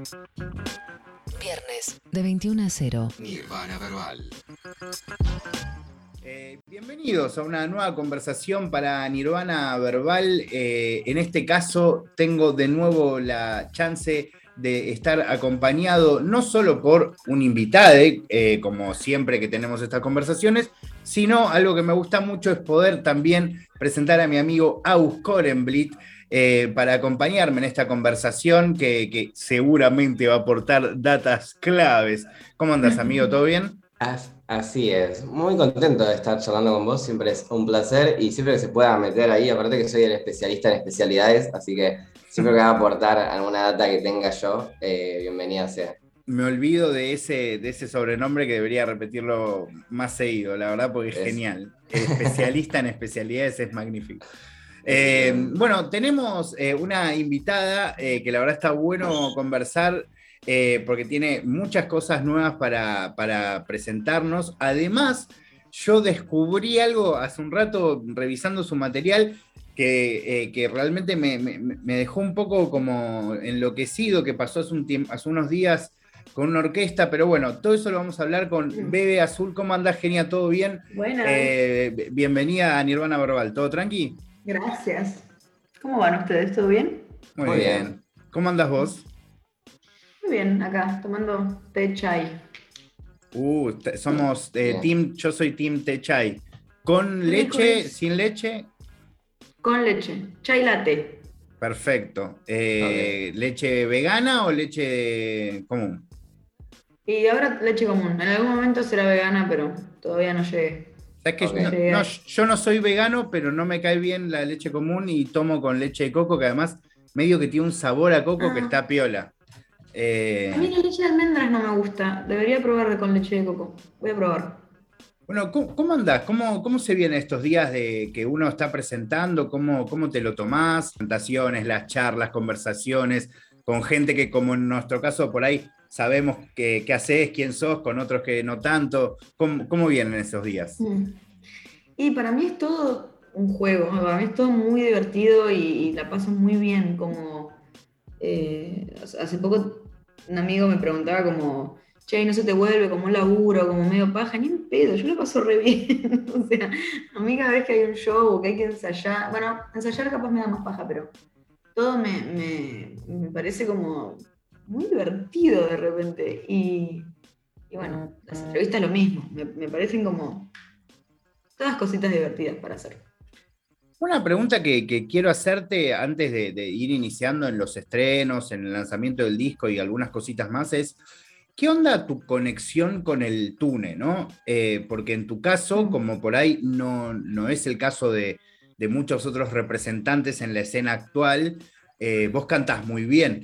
Viernes, de 21 a 0. Nirvana Verbal. Bienvenidos a una nueva conversación para Nirvana Verbal. En este caso tengo de nuevo la chance de estar acompañado no solo por un invitado, como siempre que tenemos estas conversaciones, sino algo que me gusta mucho es poder también presentar a mi amigo Aus Korenblit para acompañarme en esta conversación que seguramente va a aportar datas claves. ¿Cómo andas, amigo? ¿Todo bien? Así es, muy contento de estar charlando con vos, siempre es un placer y siempre que se pueda meter ahí, aparte que soy el especialista en especialidades, así que siempre que va a aportar alguna data que tenga yo, bienvenida sea. Me olvido de ese sobrenombre que debería repetirlo más seguido, la verdad, porque es genial. Especialista en especialidades es magnífico. Bueno, tenemos una invitada que la verdad está bueno conversar porque tiene muchas cosas nuevas para presentarnos. Además, yo descubrí algo hace un rato revisando su material que realmente me dejó un poco como enloquecido, que pasó hace unos días con una orquesta, pero bueno, todo eso lo vamos a hablar con Bebe Azul. ¿Cómo andás, Genia? ¿Todo bien? Buenas. Bienvenida a Nirvana Verbal. ¿Todo tranqui? Gracias. ¿Cómo van ustedes? ¿Todo bien? Muy bien. ¿Cómo andás vos? Muy bien, acá, tomando té chai. Somos team, yo soy team té chai. ¿Con leche, sin leche? Con leche, chai latte. Perfecto. ¿Leche vegana o leche común? Y ahora leche común. En algún momento será vegana, pero todavía no llegué. ¿Sabes que yo no soy vegano, pero no me cae bien la leche común y tomo con leche de coco, que además medio que tiene un sabor a coco que está piola. A mí la leche de almendras no me gusta. Debería probar con leche de coco. Voy a probar. Bueno, ¿cómo andás? ¿Cómo se vienen estos días de que uno está presentando? ¿Cómo te lo tomás? Presentaciones, las charlas, conversaciones con gente que, como en nuestro caso, por ahí sabemos qué hacés, quién sos, con otros que no tanto. ¿Cómo vienen esos días? Y para mí es todo un juego. Para mí es todo muy divertido y la paso muy bien. Como hace poco un amigo me preguntaba como, che, ¿no se te vuelve como un laburo, como medio paja? Ni un pedo, yo lo paso re bien. O sea, a mí cada vez que hay un show o que hay que ensayar, bueno, ensayar capaz me da más paja, pero todo me parece como muy divertido de repente. Y bueno, las entrevistas lo mismo, me parecen como todas cositas divertidas para hacer. Una pregunta que quiero hacerte antes de ir iniciando en los estrenos, en el lanzamiento del disco y algunas cositas más es, ¿qué onda tu conexión con el Tune, ¿no? Porque en tu caso, como por ahí no es el caso de muchos otros representantes en la escena actual, vos cantás muy bien.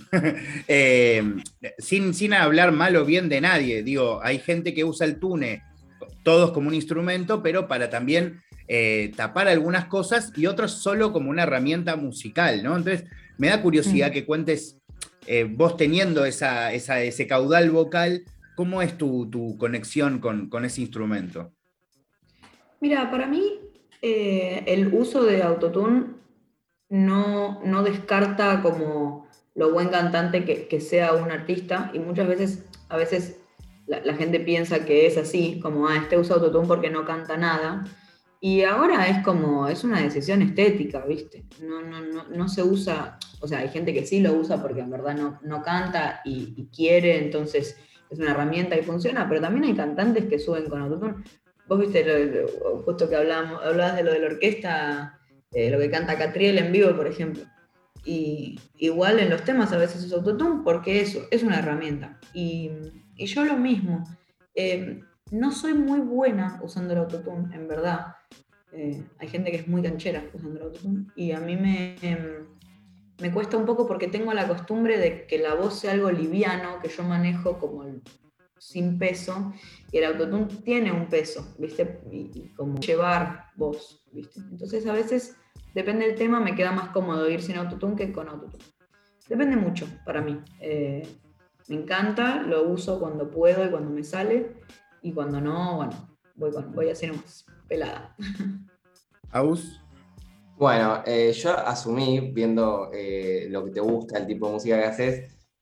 Sin hablar mal o bien de nadie, digo, hay gente que usa el Tune, todos como un instrumento, pero para también tapar algunas cosas y otros solo como una herramienta musical, ¿no? Entonces, me da curiosidad que cuentes, vos teniendo ese caudal vocal, ¿cómo es tu conexión con ese instrumento? Mira, para mí el uso de autotune no descarta como lo buen cantante que sea un artista, y muchas veces, a veces la gente piensa que es así, como, este usa autotune porque no canta nada. Y ahora es como, es una decisión estética, ¿viste? No se usa, o sea, hay gente que sí lo usa porque en verdad no canta y quiere, entonces es una herramienta que funciona, pero también hay cantantes que suben con autotune. Vos viste, justo que hablabas de lo de la orquesta, lo que canta Catriel en vivo, por ejemplo. Y igual en los temas a veces es autotune porque eso es una herramienta. Y yo lo mismo. No soy muy buena usando el autotune, en verdad. Hay gente que es muy canchera usando el autotune y a mí me cuesta un poco porque tengo la costumbre de que la voz sea algo liviano, que yo manejo como sin peso, y el autotune tiene un peso, ¿viste? Y como llevar voz, ¿viste? Entonces a veces, depende del tema, me queda más cómodo ir sin autotune que con autotune. Depende mucho para mí. Me encanta, lo uso cuando puedo y cuando me sale, y cuando no, bueno, voy a hacer más pelada. ¿Aus? Bueno, yo asumí, viendo lo que te gusta, el tipo de música que haces,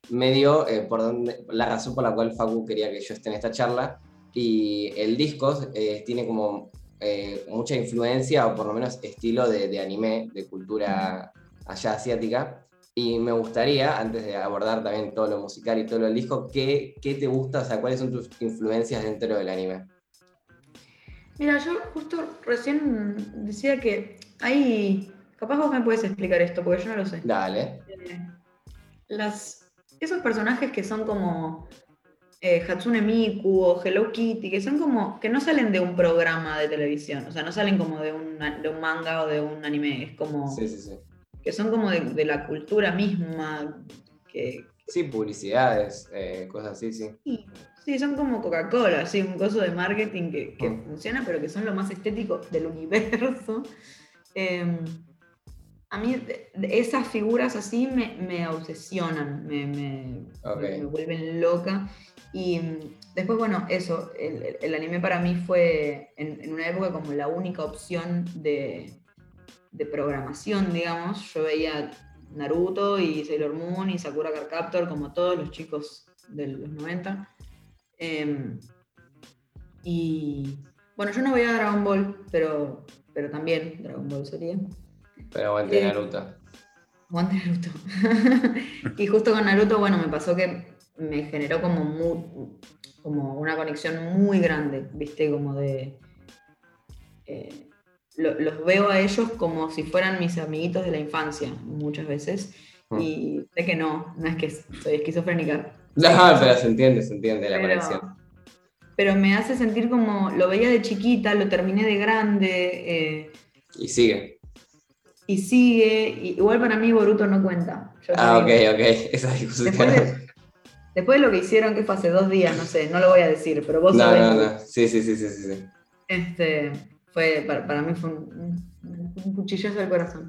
medio la razón por la cual Facu quería que yo esté en esta charla. Y el disco tiene como mucha influencia, o por lo menos estilo de anime, de cultura allá asiática. Y me gustaría, antes de abordar también todo lo musical y todo lo del disco, ¿qué te gusta? O sea, ¿cuáles son tus influencias dentro del anime? Mira, yo justo recién decía que hay... Capaz vos me puedes explicar esto, porque yo no lo sé. Dale. Esos personajes que son como Hatsune Miku o Hello Kitty, que son como... que no salen de un programa de televisión, o sea, no salen como de un manga o de un anime, es como... Sí, sí, sí. Que son como de la cultura misma, que... Sí, publicidades, cosas así, sí. Sí, son como Coca-Cola, sí, un coso de marketing que funciona, pero que son lo más estético del universo. A mí esas figuras así me obsesionan, me vuelven loca. Y después, bueno, eso, el anime para mí fue en una época como la única opción de programación, digamos. Yo veía Naruto y Sailor Moon y Sakura Card Captor como todos los chicos de los 90. Y bueno, yo no veía Dragon Ball, pero también Dragon Ball sería. Pero aguante Naruto. Aguante Naruto. Y justo con Naruto, bueno, me pasó que me generó como una conexión muy grande, ¿viste? Como de... los veo a ellos como si fueran mis amiguitos de la infancia, muchas veces. Y sé que no es que soy esquizofrénica. No, pero se entiende la conexión. Pero me hace sentir como, lo veía de chiquita, lo terminé de grande. Y sigue. Y sigue. Igual para mí Boruto no cuenta. Ok, esa discusión. Después de lo que hicieron, que fue hace 2 días, no sé, no lo voy a decir, pero vos sabés. No. Sí. Para mí fue un cuchillazo al corazón.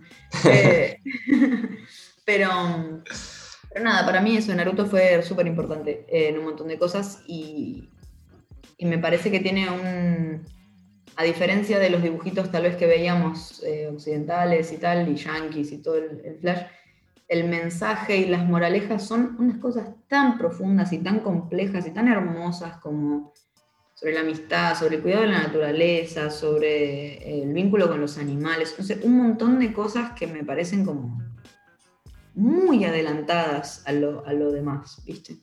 Pero nada, para mí eso de Naruto fue súper importante en un montón de cosas y me parece que tiene a diferencia de los dibujitos tal vez que veíamos occidentales y tal, y yankees y todo el flash, el mensaje y las moralejas son unas cosas tan profundas y tan complejas y tan hermosas como sobre la amistad, sobre el cuidado de la naturaleza, sobre el vínculo con los animales, no sé, un montón de cosas que me parecen como muy adelantadas a lo demás, ¿viste?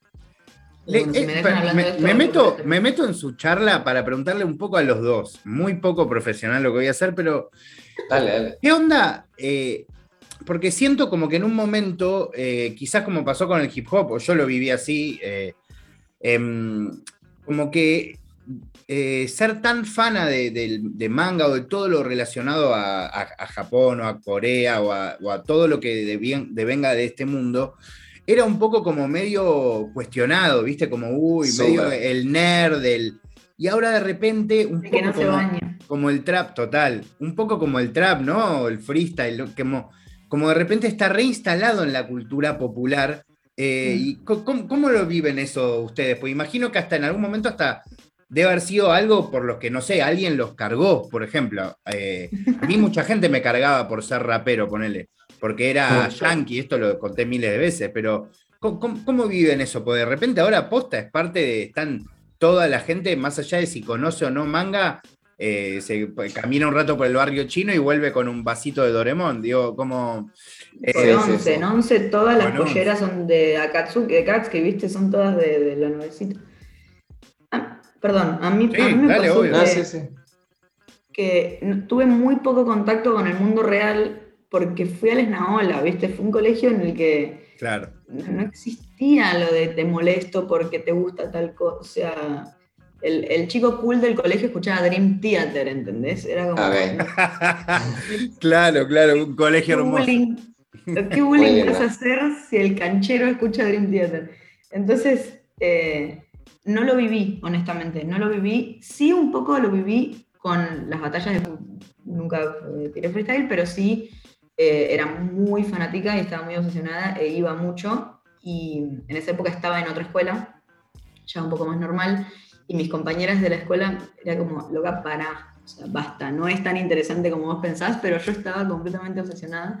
Me meto en su charla para preguntarle un poco a los dos, muy poco profesional lo que voy a hacer, pero dale. ¿Qué onda? Porque siento como que en un momento, quizás como pasó con el hip hop, o yo lo viví así, como que ser tan fana de manga o de todo lo relacionado a Japón o a Corea o a todo lo que devenga de este mundo, era un poco como medio cuestionado, ¿viste? Como, medio el nerd, y ahora de repente un poco que no se baña. Como el trap total, un poco como el trap, ¿no? El freestyle, como de repente está reinstalado en la cultura popular. ¿Y cómo lo viven eso ustedes? Pues imagino que hasta en algún momento hasta debe haber sido algo por los que, no sé, alguien los cargó, por ejemplo. A mí mucha gente me cargaba por ser rapero, ponele, porque era yankee, esto lo conté miles de veces, pero ¿cómo viven eso? Porque de repente ahora posta es parte de, están toda la gente, más allá de si conoce o no manga, se camina un rato por el barrio chino y vuelve con un vasito de Doraemon, digo, como... En 11 todas las polleras son de Akatsuki, de Katsuki, ¿viste? Son todas de la nuevecita. Perdón, a mí me pasó que tuve muy poco contacto con el mundo real porque fui a la Esnaola, ¿viste? Fue un colegio en el que no existía lo de te molesto porque te gusta tal cosa, o sea... El chico cool del colegio escuchaba Dream Theater, ¿entendés? Era como... Claro, un colegio hermoso. ¿Qué bullying vas a hacer si el canchero escucha Dream Theater? Entonces, no lo viví, honestamente, no lo viví. Sí, un poco lo viví con las batallas nunca tiré freestyle, pero sí era muy fanática y estaba muy obsesionada e iba mucho. Y en esa época estaba en otra escuela, ya un poco más normal. Y mis compañeras de la escuela era como, loca, pará, o sea, basta, no es tan interesante como vos pensás, pero yo estaba completamente obsesionada.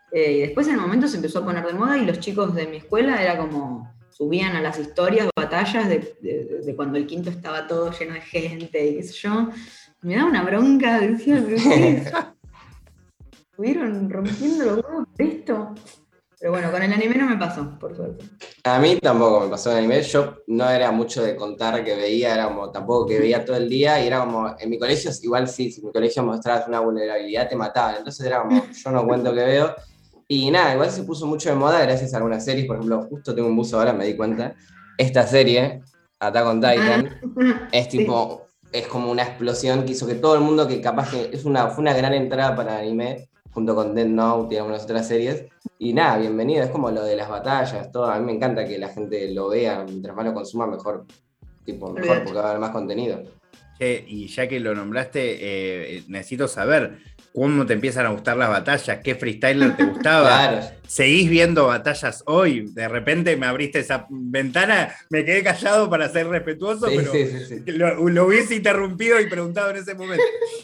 Y después en el momento se empezó a poner de moda y los chicos de mi escuela era como, subían a las historias, batallas de cuando el quinto estaba todo lleno de gente y qué sé yo. Me daba una bronca, decía, ¿pero qué es? ¿Estuvieron rompiendo los huevos por esto? Pero bueno, con el anime no me pasó, por suerte. A mí tampoco me pasó en anime, yo no era mucho de contar que veía, era como tampoco que veía todo el día, y era como, en mi colegio igual sí, si en mi colegio mostrabas una vulnerabilidad te mataban, entonces era como, yo no cuento que veo, y nada, igual se puso mucho de moda gracias a algunas series, por ejemplo, justo tengo un buzo ahora, me di cuenta, esta serie, Attack on Titan, es tipo, es como una explosión que hizo que todo el mundo, que capaz que fue una gran entrada para el anime, junto con Death Note y algunas otras series, y nada, bienvenido, es como lo de las batallas, todo, a mí me encanta que la gente lo vea, mientras más lo consuma mejor, mejor porque va a haber más contenido. Che, y ya que lo nombraste, necesito saber cómo te empiezan a gustar las batallas, qué freestyler te gustaba. Claro. ¿Seguís viendo batallas hoy? De repente me abriste esa ventana, me quedé callado para ser respetuoso, Sí, pero sí. lo hubiese interrumpido y preguntado en ese momento.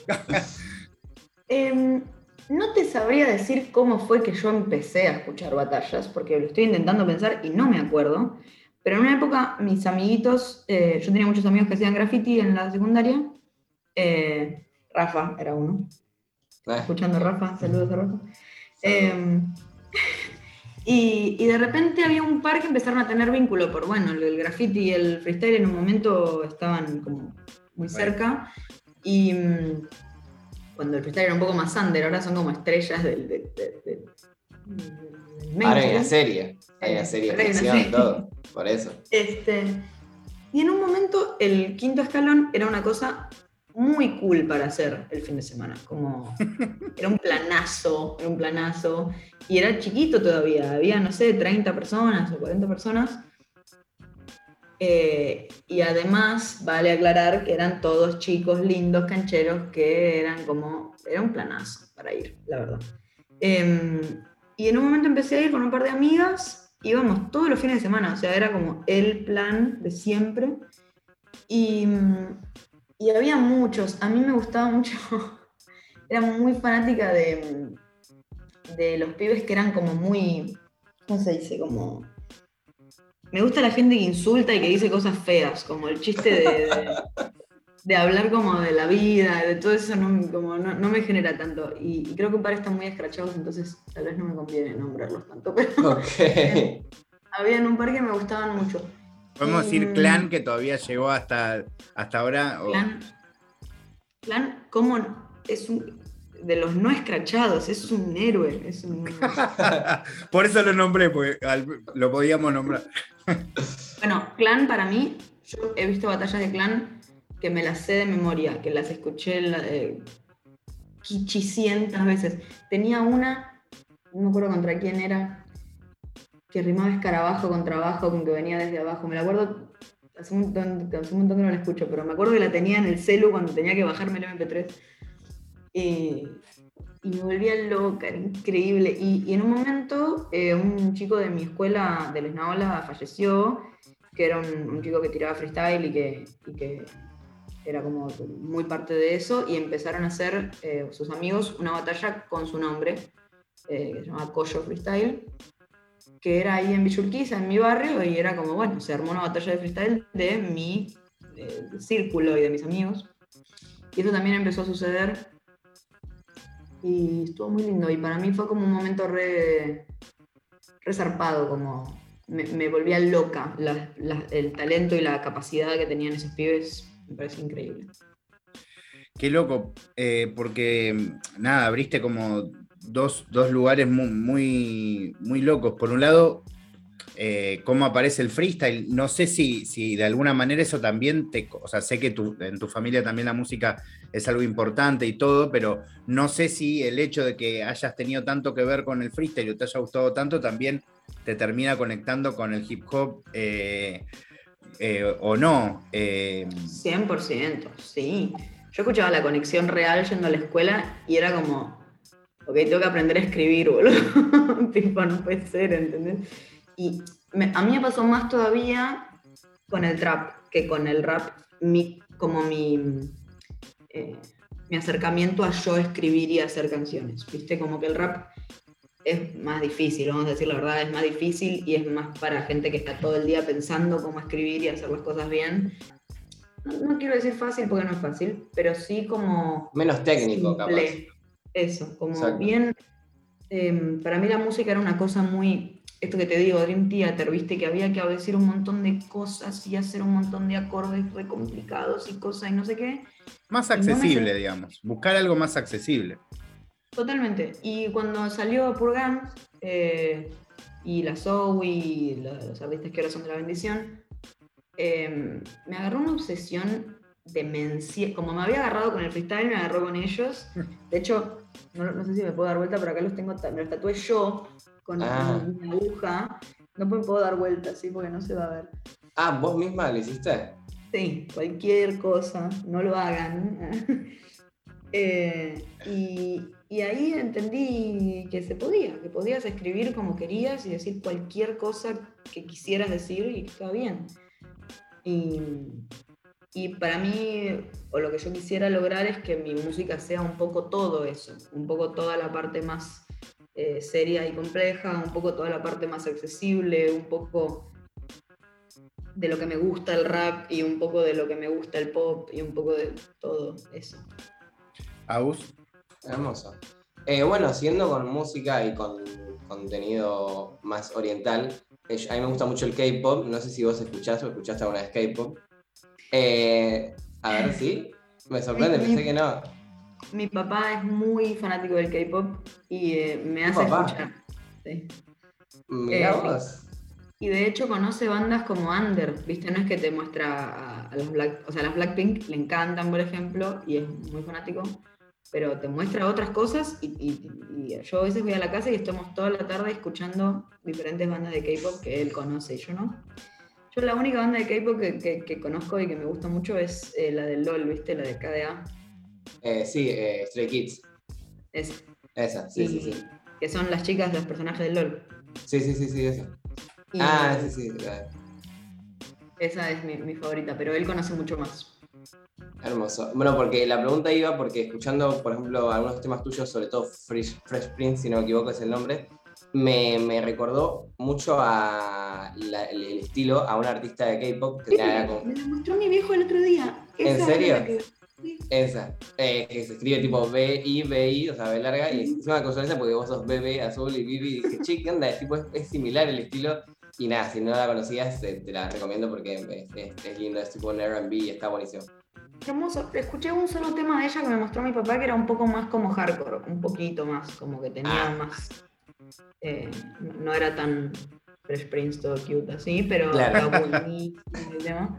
No te sabría decir cómo fue que yo empecé a escuchar batallas, porque lo estoy intentando pensar y no me acuerdo. Pero en una época, mis amiguitos, yo tenía muchos amigos que hacían graffiti en la secundaria. Rafa era uno. Escuchando a Rafa, saludos a Rafa. Y de repente había un par que empezaron a tener vínculo por, bueno, el graffiti y el freestyle en un momento estaban como muy cerca. Y cuando el freestyle era un poco más under, ahora son como estrellas del ahora hay una serie de ficción, todo, por eso. Y en un momento el quinto escalón era una cosa muy cool para hacer el fin de semana, como era un planazo, y era chiquito todavía, había, no sé, 30 personas o 40 personas, y además vale aclarar que eran todos chicos lindos, cancheros, que era un planazo para ir, la verdad. Y en un momento empecé a ir con un par de amigas, íbamos todos los fines de semana, o sea, era como el plan de siempre, y había muchos, a mí me gustaba mucho, era muy fanática de los pibes que eran como muy, ¿cómo se dice? Como, me gusta la gente que insulta y que dice cosas feas, como el chiste de hablar como de la vida, de todo eso no me genera tanto, y creo que un par están muy escrachados, entonces tal vez no me conviene nombrarlos tanto, pero habían un par que me gustaban mucho. ¿Podemos decir Clan, que todavía llegó hasta ahora? Clan, ¿cómo? Es de los no escrachados, es un héroe. Por eso lo nombré, porque lo podíamos nombrar. Bueno, Clan para mí, yo he visto batallas de Clan que me las sé de memoria, que las escuché quichicientas veces. Tenía una, no me acuerdo contra quién era, que rimaba escarabajo con trabajo, con que venía desde abajo. Me la acuerdo, hace un montón que no la escucho, pero me acuerdo que la tenía en el celu cuando tenía que bajarme el MP3. Y me volvía loca, era increíble. Y en un momento, un chico de mi escuela de Lesnaola falleció, que era un chico que tiraba freestyle y que era como muy parte de eso, y empezaron a hacer sus amigos una batalla con su nombre, que se llamaba Coyo Freestyle, que era ahí en Villa Urquiza, en mi barrio, y era como, bueno, se armó una batalla de freestyle de mi círculo y de mis amigos. Y eso también empezó a suceder, y estuvo muy lindo, y para mí fue como un momento re zarpado, como me volvía loca el talento y la capacidad que tenían esos pibes, me parece increíble. Qué loco, porque nada, abriste como dos lugares muy, muy locos. Por un lado, cómo aparece el freestyle. No sé si de alguna manera eso también o sea, sé que en tu familia también la música es algo importante y todo, pero no sé si el hecho de que hayas tenido tanto que ver con el freestyle o te haya gustado tanto también te termina conectando con el hip hop o no. 100%, sí. Yo escuchaba La Conexión Real yendo a la escuela y era como, ok, tengo que aprender a escribir, boludo. Tipo, no puede ser, ¿entendés? Y a mí me pasó más todavía con el trap que con el rap, mi acercamiento a yo escribir y hacer canciones, ¿viste? Como que el rap es más difícil, vamos a decir la verdad, es más difícil y es más para gente que está todo el día pensando cómo escribir y hacer las cosas bien. No quiero decir fácil porque no es fácil, pero sí como... Menos técnico, simple. capaz. Eso, como Exacto. bien... para mí la música era una cosa muy... Esto que te digo, Dream Theater, viste, que había que decir un montón de cosas y hacer un montón de acordes re complicados y cosas y no sé qué. Más Y no me accesible, digamos. Buscar algo más accesible. Totalmente. Y cuando salió Purgan y la Zoe y los artistas que ahora son de la bendición, me agarró una obsesión demencial. Como me había agarrado con el freestyle, me agarró con ellos. De hecho, no sé si me puedo dar vuelta, pero acá los tengo, me los tatué yo con mi aguja. No me puedo dar vuelta, sí, porque no se va a ver. Ah, ¿vos misma lo hiciste? Sí, cualquier cosa, no lo hagan. Y ahí entendí que se podía, que podías escribir como querías y decir cualquier cosa que quisieras decir y que estaba bien. Y para mí, o lo que yo quisiera lograr es que mi música sea un poco todo eso, un poco toda la parte más seria y compleja, un poco toda la parte más accesible, un poco de lo que me gusta el rap y un poco de lo que me gusta el pop y un poco de todo eso. ¿Aus? Hermoso. Bueno, siguiendo con música y con contenido más oriental, a mí me gusta mucho el K-pop. No sé si vos escuchaste alguna vez K-pop. A ver, ¿sí? Me sorprende, pensé que no. Mi papá es muy fanático del K-pop y me hace papá? escuchar. Sí. Mirá vos. Y de hecho conoce bandas como Under, ¿viste? No es que te muestra a las o sea, a las Blackpink le encantan, por ejemplo, y es muy fanático, pero te muestra otras cosas y yo a veces voy a la casa y estamos toda la tarde escuchando diferentes bandas de K-pop que él conoce y yo no. Yo la única banda de K-pop que conozco y que me gusta mucho es la del LOL, ¿viste? La de KDA. Sí, Stray Kids. Esa, sí. Que son las chicas de los personajes del LOL. Sí, esa. Sí. Esa es mi favorita, pero él conoce mucho más. Hermoso. Bueno, porque la pregunta iba porque escuchando, por ejemplo, algunos temas tuyos, sobre todo Fresh Prince, si no me equivoco es el nombre, me recordó mucho el estilo a un artista de K-pop que me la mostró mi viejo el otro día. ¿En serio? Sí. Esa, que se escribe tipo B-I, o sea, B larga, y es una consonancia porque vos sos BB, azul y Bibi, y dije, che, ¿qué onda? Es similar el estilo, y nada, si no la conocías, te la recomiendo porque es lindo, es tipo un R&B y está buenísimo. Hermoso. Escuché un solo tema de ella que me mostró mi papá que era un poco más como hardcore, un poquito más, como que tenía más... no era tan Fresh Prince todo cute así, pero claro. era buenísimo el tema.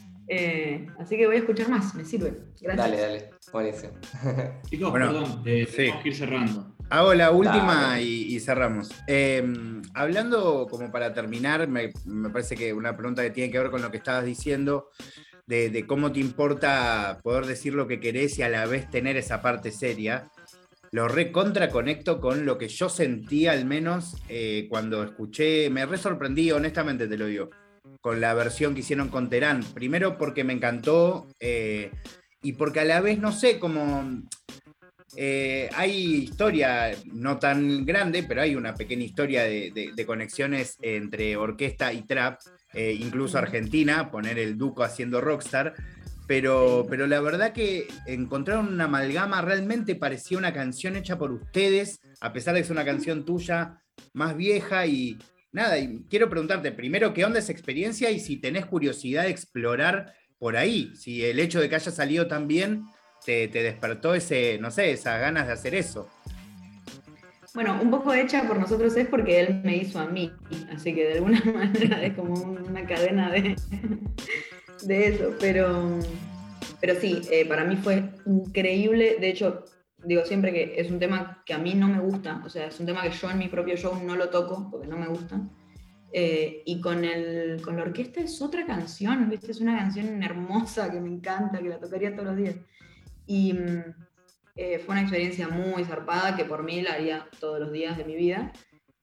Así que voy a escuchar más, me sirve. Gracias. Dale, buenísimo. Chicos, perdón, tenemos que ir cerrando. Hago la última y cerramos. Hablando como para terminar, me parece que una pregunta que tiene que ver con lo que estabas diciendo, de cómo te importa poder decir lo que querés y a la vez tener esa parte seria. Lo recontra conecto con lo que yo sentí al menos cuando escuché, me re sorprendí, honestamente te lo digo, con la versión que hicieron con Terán. Primero porque me encantó y porque a la vez, no sé, como hay historia no tan grande, pero hay una pequeña historia de conexiones entre orquesta y trap, incluso Argentina, poner el Duco haciendo Rockstar. Pero la verdad que encontraron una amalgama, realmente parecía una canción hecha por ustedes, a pesar de que es una canción tuya más vieja y nada, y quiero preguntarte primero qué onda esa experiencia y si tenés curiosidad de explorar por ahí, si el hecho de que haya salido tan bien te despertó esas ganas de hacer eso. Bueno, un poco hecha por nosotros es porque él me hizo a mí, así que de alguna manera es como una cadena de eso, pero sí, para mí fue increíble. De hecho, digo siempre que es un tema que a mí no me gusta, o sea, es un tema que yo en mi propio show no lo toco porque no me gusta. Y con la orquesta es otra canción, ¿viste? Es una canción hermosa que me encanta, que la tocaría todos los días. Y fue una experiencia muy zarpada que por mí la haría todos los días de mi vida.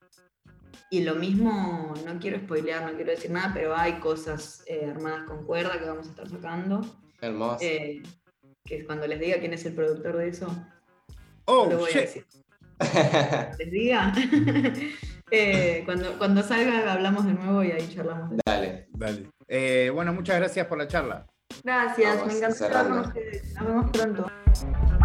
Y lo mismo, no quiero spoilear, no quiero decir nada, pero hay cosas armadas con cuerda que vamos a estar sacando. Hermoso. Que cuando les diga quién es el productor de eso, no lo voy a decir. les diga. Cuando salga hablamos de nuevo y ahí charlamos. Dale. Bueno, muchas gracias por la charla. Gracias, Vamos, me encantó estar con cerrando. ustedes. Nos vemos pronto.